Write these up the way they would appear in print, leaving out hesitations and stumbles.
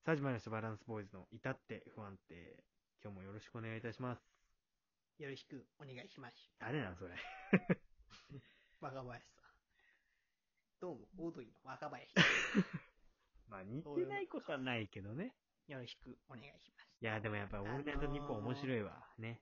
さあ始まりましたバランスボーイズの至って不安定。今日もよろしくお願いいたします。 よろしくお願いします。 誰なんそれ。 若林さん。どうも、オードリーの若林まあ似てないことはないけどね。 よろしくお願いします。 いやでもやっぱオールナイトニッポン面白いわ。ね。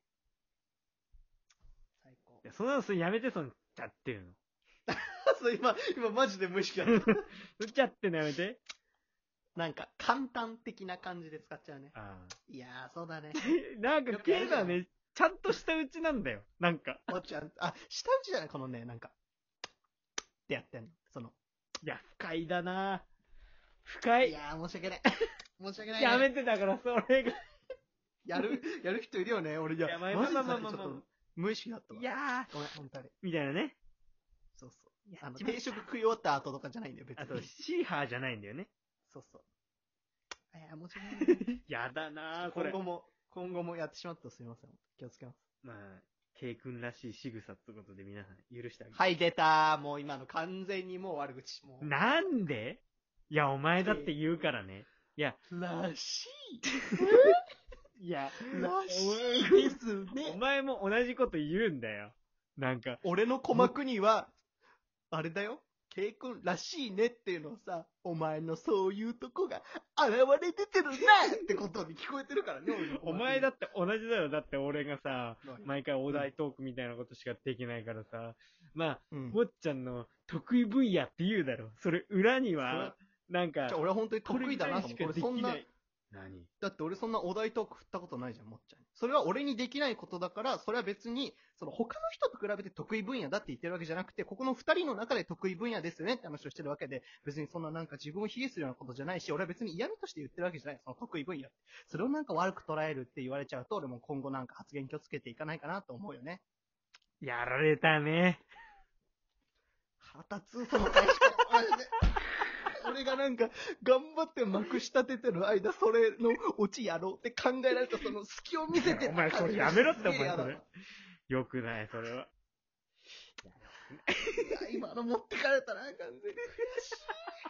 最高。 いやそんなのそれやめて、その、ちゃってるの。 そう、今マジで無意識だった。 そっちゃってんのやめて。 なんか、簡単的な感じで使っちゃうね。 あいやー、そうだね。 あ。なんか、ケイさんね、ちゃんとしたうちなんだよ。なんか。 おっちゃん、あ、下打ちじゃないこのね、なんか、ってやってんの。その。 いや、不快だな深い。 いやー、申し訳ない。申し訳ない、ね。 やめてだから、それが。 やる人いるよね。俺、いや、 まあマジでまあまあまあさっきちょっと無意識だったわ。 いやごめん、本当に。 みたいなね。 そうそう。 や定食食い終わった後とかじゃないんだよ、別に。 あと、シーハーじゃないんだよね。 そうそう。いや、申し訳ないね。 やだなぁ、これ。 今後もやってしまったらすみません。気をつけます。 まあ、ケイ君らしい仕草ってことで皆さん許してあげて。 はい、出た。もう今の完全にもう悪口。もう。 なんでいや、お前だって言うからね。いや、 らしいや、 い。らしいですね。 お前も同じこと言うんだよ。なんか、 俺の鼓膜には、あれだよ。ケイ君らしいねっていうのをさ、お前のそういうとこが現れ出てるなってことに聞こえてるからね、俺の鼓膜に。 お前だって同じだよ。だって俺がさ何、 毎回お題トークみたいなことしかできないからさ。まあ、 うんもっちゃんの得意分野って言うだろ。それ裏には、なんか、 俺は本当に得意だなと思って。俺そんな、 何だって俺そんなお題トーク振ったことないじゃん、もっちゃんに。それは俺にできないことだから、それは別に、その他の人と比べて得意分野だって言ってるわけじゃなくて、ここの二人の中で得意分野ですよねって話をしてるわけで、別にそんななんか自分を卑下するようなことじゃないし、俺は別に嫌味として言ってるわけじゃない。その得意分野って。それをなんか悪く捉えるって言われちゃうと、俺も今後なんか発言気をつけていかないかなと思うよね。 やられたね。 腹立つ、その返し方。マジで。俺がなんか、頑張ってまくし立ててる間、それのオチやろうって考えられたその隙を見せてお前それやめろって、お前それすげえ嫌だわ。 よくない、それは。 いや、今の持ってかれたな、完全に。悔しい。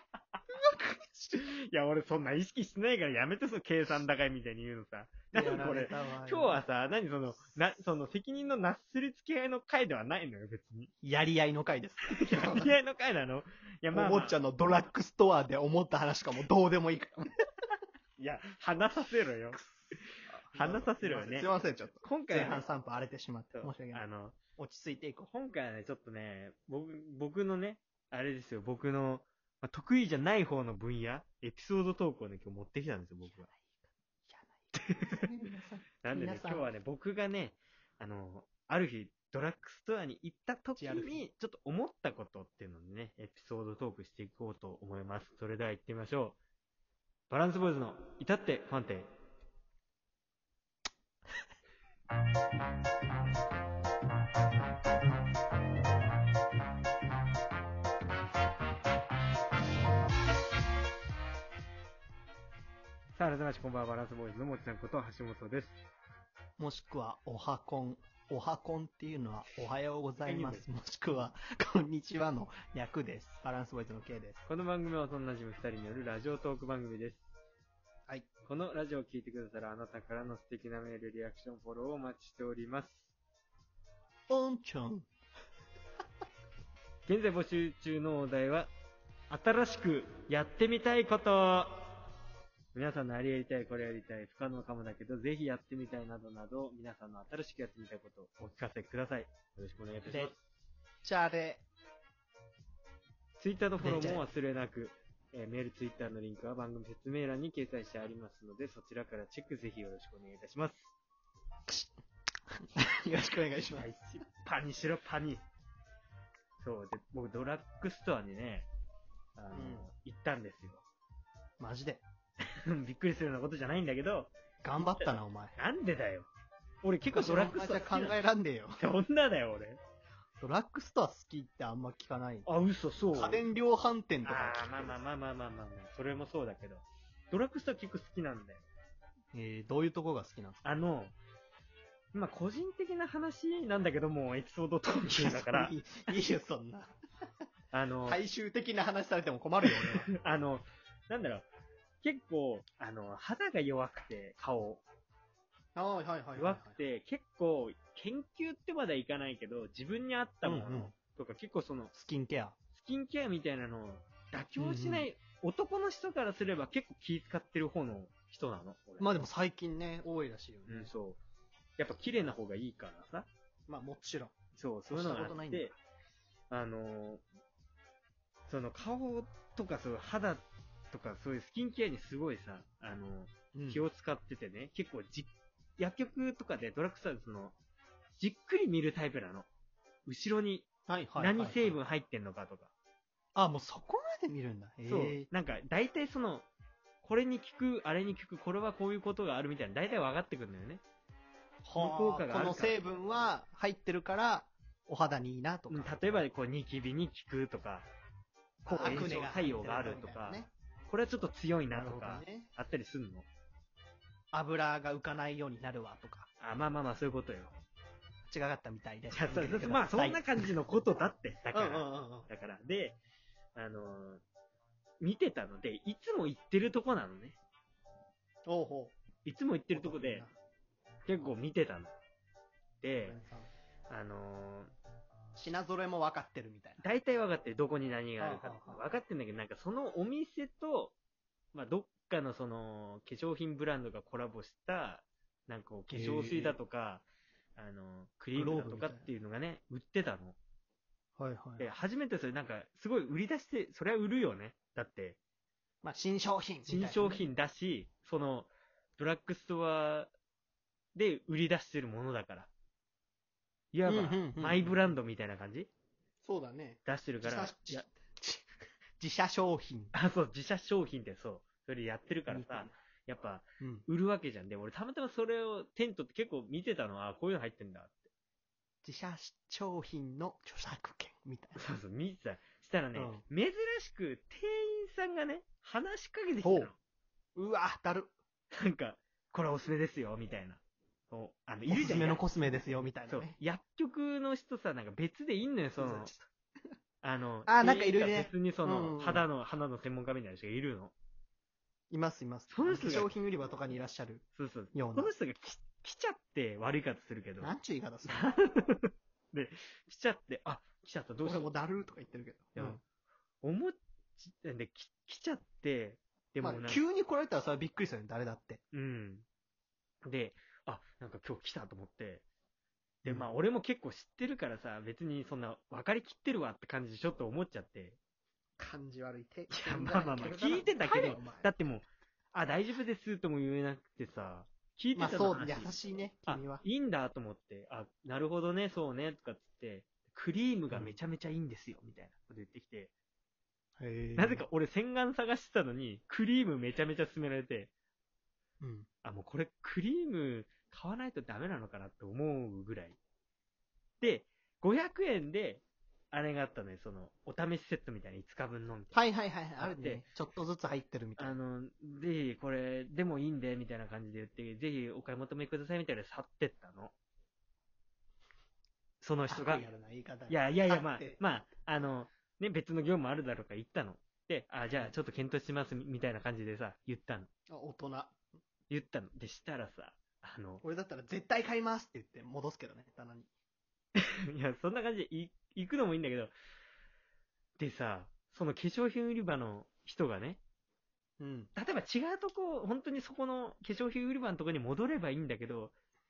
いや、俺そんな意識してないからやめて、その計算高いみたいに言うのさ。だからこれ、今日はさ、その責任のなすりつけ合いの回ではないのよ、別に。 やり合いの回です。 やり合いの回なのいや、まあ、 おもちゃのドラッグストアで思った話かもどうでもいいから。 いや、話させろよ。話させろよね。 すいません、ちょっと。 今回前半3分荒れてしまって。申し訳ない。落ち着いていこう。 今回はね、ちょっとね、僕のね、あれですよ、僕の、まあ、得意じゃない方の分野、エピソードトークをね、今日持ってきたんですよ、僕は。なんでね、今日はね、僕がね、ある日、ドラッグストアに行った時に、ちょっと思ったことっていうのでね、エピソードトークしていこうと思います。それでは行ってみましょう。バランスボーイズの至って不安定。さあ、改めましてこんばんは、バランスボーイズのもっちゃんこと橋本です。 もしくは、おはこん。おはこんっていうのは、おはようございます。もしくは、こんにちはの略です。バランスボーイズの K です。 この番組は幼馴染2人によるラジオトーク番組です。 はい。 このラジオを聞いてくださるあなたからの素敵なメール、リアクション、フォローをお待ちしております。 おんちゃん。 現在募集中のお題は、新しくやってみたいこと。皆さんのあれやりたい、これやりたい、不可能かもだけど、ぜひやってみたいなどなど、皆さんの新しくやってみたいことをお聞かせください。よろしくお願いいたします。 じゃあれ。 ツイッターのフォローも忘れなく、メール、ツイッターのリンクは番組説明欄に掲載してありますので、そちらからチェックぜひよろしくお願いいたします。 よろしくお願いします。 はい、パニしろ、パニ。そうで、僕ドラッグストアにね、行ったんですよ。 マジで。 びっくりするようなことじゃないんだけど。 頑張ったな、お前。 なんでだよ。俺結構ドラッグストア好き。 考えらんねえよ。 そんなだよ、俺。 ドラッグストア好きってあんま聞かない。 あ、嘘、そう。 家電量販店とか。 まあ、それもそうだけど。ドラッグストア結構好きなんだよ。 どういうとこが好きなんですか？ まあ、個人的な話なんだけども、エピソードトークだから。 いいよ、そんな。大衆的な話されても困るよ、 俺は。なんだろう。 結構、肌が弱くて、顔。 はいはいはいはい。 弱くて、結構、研究ってまだいかないけど、自分に合ったものとか、結構その、 スキンケア。 スキンケアみたいなのを妥協しない、男の人からすれば結構気使ってる方の人なの。俺まあでも最近ね、多いらしいよね。 そう。やっぱ綺麗な方がいいからさ。 まあもちろん。 そう、そういうのがあしたことないんだって、その顔とかそういう肌とかそういうスキンケアにすごいさ、気を使っててね、結構薬局とかでドラッグストアでじっくり見るタイプなの。後ろに何成分入ってんのかとか。 あ、もうそこまで見るんだ。 そう。なんか、大体これに効く、あれに効く、これはこういうことがあるみたいな、大体分かってくるんだよね。 効果があるから。この成分は入ってるから、お肌にいいなとか。 例えば、ニキビに効くとか、抗炎症作用があるとか、これはちょっと強いなとか、あったりするの。 油が浮かないようになるわとか。 まあ、そういうことよ。 違かったみたいで。 まあ、そんな感じのことだって。だから。で、見てたので、いつも行ってるとこなのね。いつも行ってるとこで、結構見てたの。で、 品揃えも分かってるみたいな。 大体分かってる。どこに何があるか。分かってるんだけど、なんかそのお店と、まあ、どっかの化粧品ブランドがコラボした、なんか化粧水だとか、クリームだとかっていうのがね、売ってたの。で、初めてそれなんか、すごい売り出して、それは売るよね。だって。 まあ、新商品新商品だし、ドラッグストアで売り出してるものだから。いわば、マイブランドみたいな感じそうだね。 出してるから。 自社商品。 そう、自社商品ってそう。それやってるからさ、やっぱ、売るわけじゃん。で、俺たまたまそれをテントって結構見てたのは、こういうの入ってんだって。 自社商品の著作権みたいな。 そう、見てた。したらね、珍しく店員さんがね、話しかけてきたの。 うわ、だる。 なんか、これおすすめですよ、みたいな。 いるじゃん。おすすめのコスメですよ、みたいな。そう。 薬局の人さ、なんか別でいんのよ、 なんかいるね。 別に肌の専門家みたいな人がいるの。 います。その人が商品売り場とかにいらっしゃる。 そう。その人が来ちゃって悪い方するけど。 なんちゅう言い方するで、来ちゃって、来ちゃった、どうしよう。 俺もだるーとか言ってるけど。 で、来ちゃって、でも急に来られたらさ、びっくりするよね、誰だって。 で、なんか今日来たと思って、で、まあ俺も結構知ってるからさ、別にそんな分かりきってるわって感じでちょっと思っちゃって。 感じ悪い手。 いや、まあ、聞いてたけど、だってもう、大丈夫ですとも言えなくてさ、聞いてたの話。 優しいね、君は。 いいんだと思って、なるほどね、そうね、とかつって、クリームがめちゃめちゃいいんですよ、みたいなこと言ってきて。なぜか俺洗顔探してたのに、クリームめちゃめちゃ勧められて、もうこれクリーム買わないとダメなのかなって思うぐらい。で、500円で、あれがあったね、お試しセットみたいな5日分のみたいな。 はい、あるね。ちょっとずつ入ってるみたいな。 ぜひこれでもいいんで、みたいな感じで言って、ぜひお買い求めくださいみたいな去ってったの。その人が。いや、まあ、ね、別の業務あるだろうから言ったの。で、じゃあちょっと検討しますみたいな感じでさ、言ったの。 大人。 言ったの。で、したらさ、 俺だったら絶対買いますって言って戻すけどね、棚に。 いや、そんな感じで行くのもいいんだけど、でさ、その化粧品売り場の人がね、例えば違うとこ、本当にそこの化粧品売り場のとこに戻ればいいんだけど、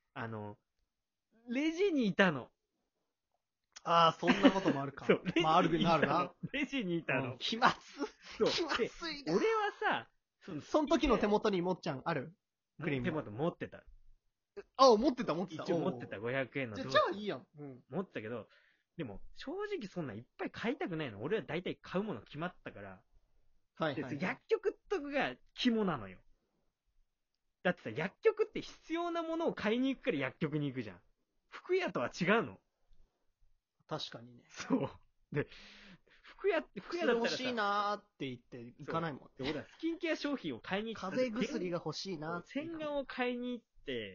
レジにいたの。 そんなこともあるか。 そう、 あるな。 レジにいたの。 気まずそう。で、俺はさ、 その時の手元にもっちゃんあるクリーム。手元持ってた。 持ってた。 一応持ってた、500円の。 じゃあいいやん。 持ってたけど、でも、正直そんないっぱい買いたくないの。俺は大体買うもの決まったから。薬局とかが肝なのよ。だってさ、薬局って必要なものを買いに行くから薬局に行くじゃん。服屋とは違うの。 確かにね。 そう。で、服屋だったら欲しいなーって言って行かないもん。 俺はスキンケア商品を買いに行った。 風邪薬が欲しいなーって。 洗顔を買いに行って、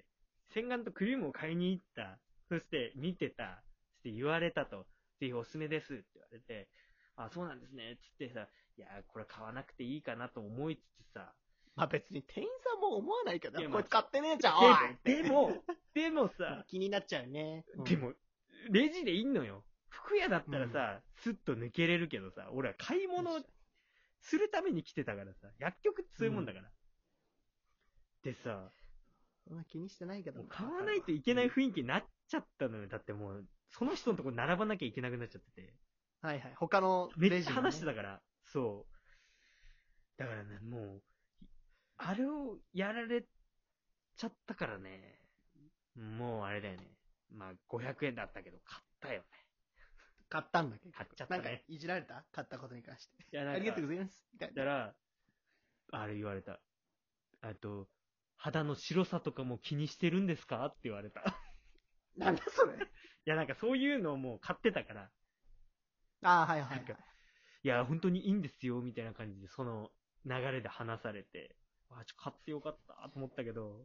洗顔とクリームを買いに行った。そして見てた。そして言われたと。ぜひおすすめですって言われて、そうなんですね。つってさ、いや、これ買わなくていいかなと思いつつさ、 まあ別に店員さんも思わないけど、 いやこいつ買ってねえじゃん、おいでもさ、 気になっちゃうね。 でも、レジでいんのよ。服屋だったらさ、スッと抜けれるけどさ、俺は買い物するために来てたからさ、薬局ってそういうもんだから。でさ、 そんな気にしてないけどもう買わないといけない雰囲気になっちゃったのよ。だってもう、その人のとこ並ばなきゃいけなくなっちゃってて。 はいはい。他のめレジもねっちゃ話してたから、そう。だからね、もう、あれをやられちゃったからね、もうあれだよね。まあ、500円だったけど、買ったよね。 買ったんだけど。 買っちゃったねなんか、いじられた買ったことに関して。 いや、なんか、 ありがとうございます。みたいな。 だから、あれ言われた。肌の白さとかも気にしてるんですかって言われた。いなんだそれ。 や、なんかそういうのをもう買ってたから、 ああ、はいはい、はい。 いや、本当にいいんですよ、みたいな感じで、その流れで話されて、買ってよかったと思ったけど、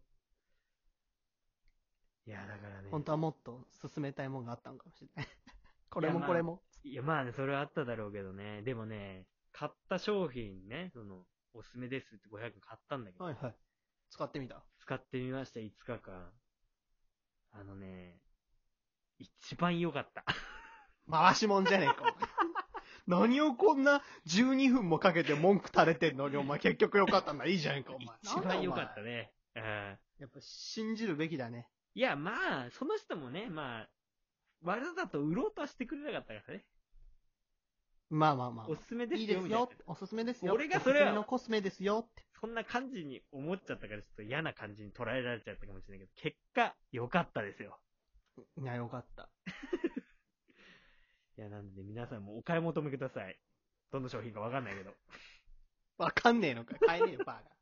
いや、だからね。 本当はもっと進めたいもんがあったのかもしれない。これもこれも。 いや、まあね、それはあっただろうけどね。でもね、買った商品ね、おすすめですって500円買ったんだけど、 はいはい。使ってみた。 使ってみました、5日間。あのね、一番良かった。 回しもんじゃねえか、お前。何をこんな12分もかけて文句垂れてんのに、お前結局良かったんだ。いいじゃんか、お前。 一番良かったね。 やっぱ信じるべきだね。 いや、まあ、その人もね、まあ、わざと売ろうとはしてくれなかったからね。 まあまあまあ。 おすすめですよ、 いいですみたいなよ。おすすめですよ。 俺がそれはおすすめのコスメですよって。 そんな感じに思っちゃったから、ちょっと嫌な感じに捉えられちゃったかもしれないけど、結果、良かったですよ。 いや、よかった。 いや、なんで皆さんもお買い求めください。どの商品かわかんないけど。 わかんねえのか。買えねえよ、バーが。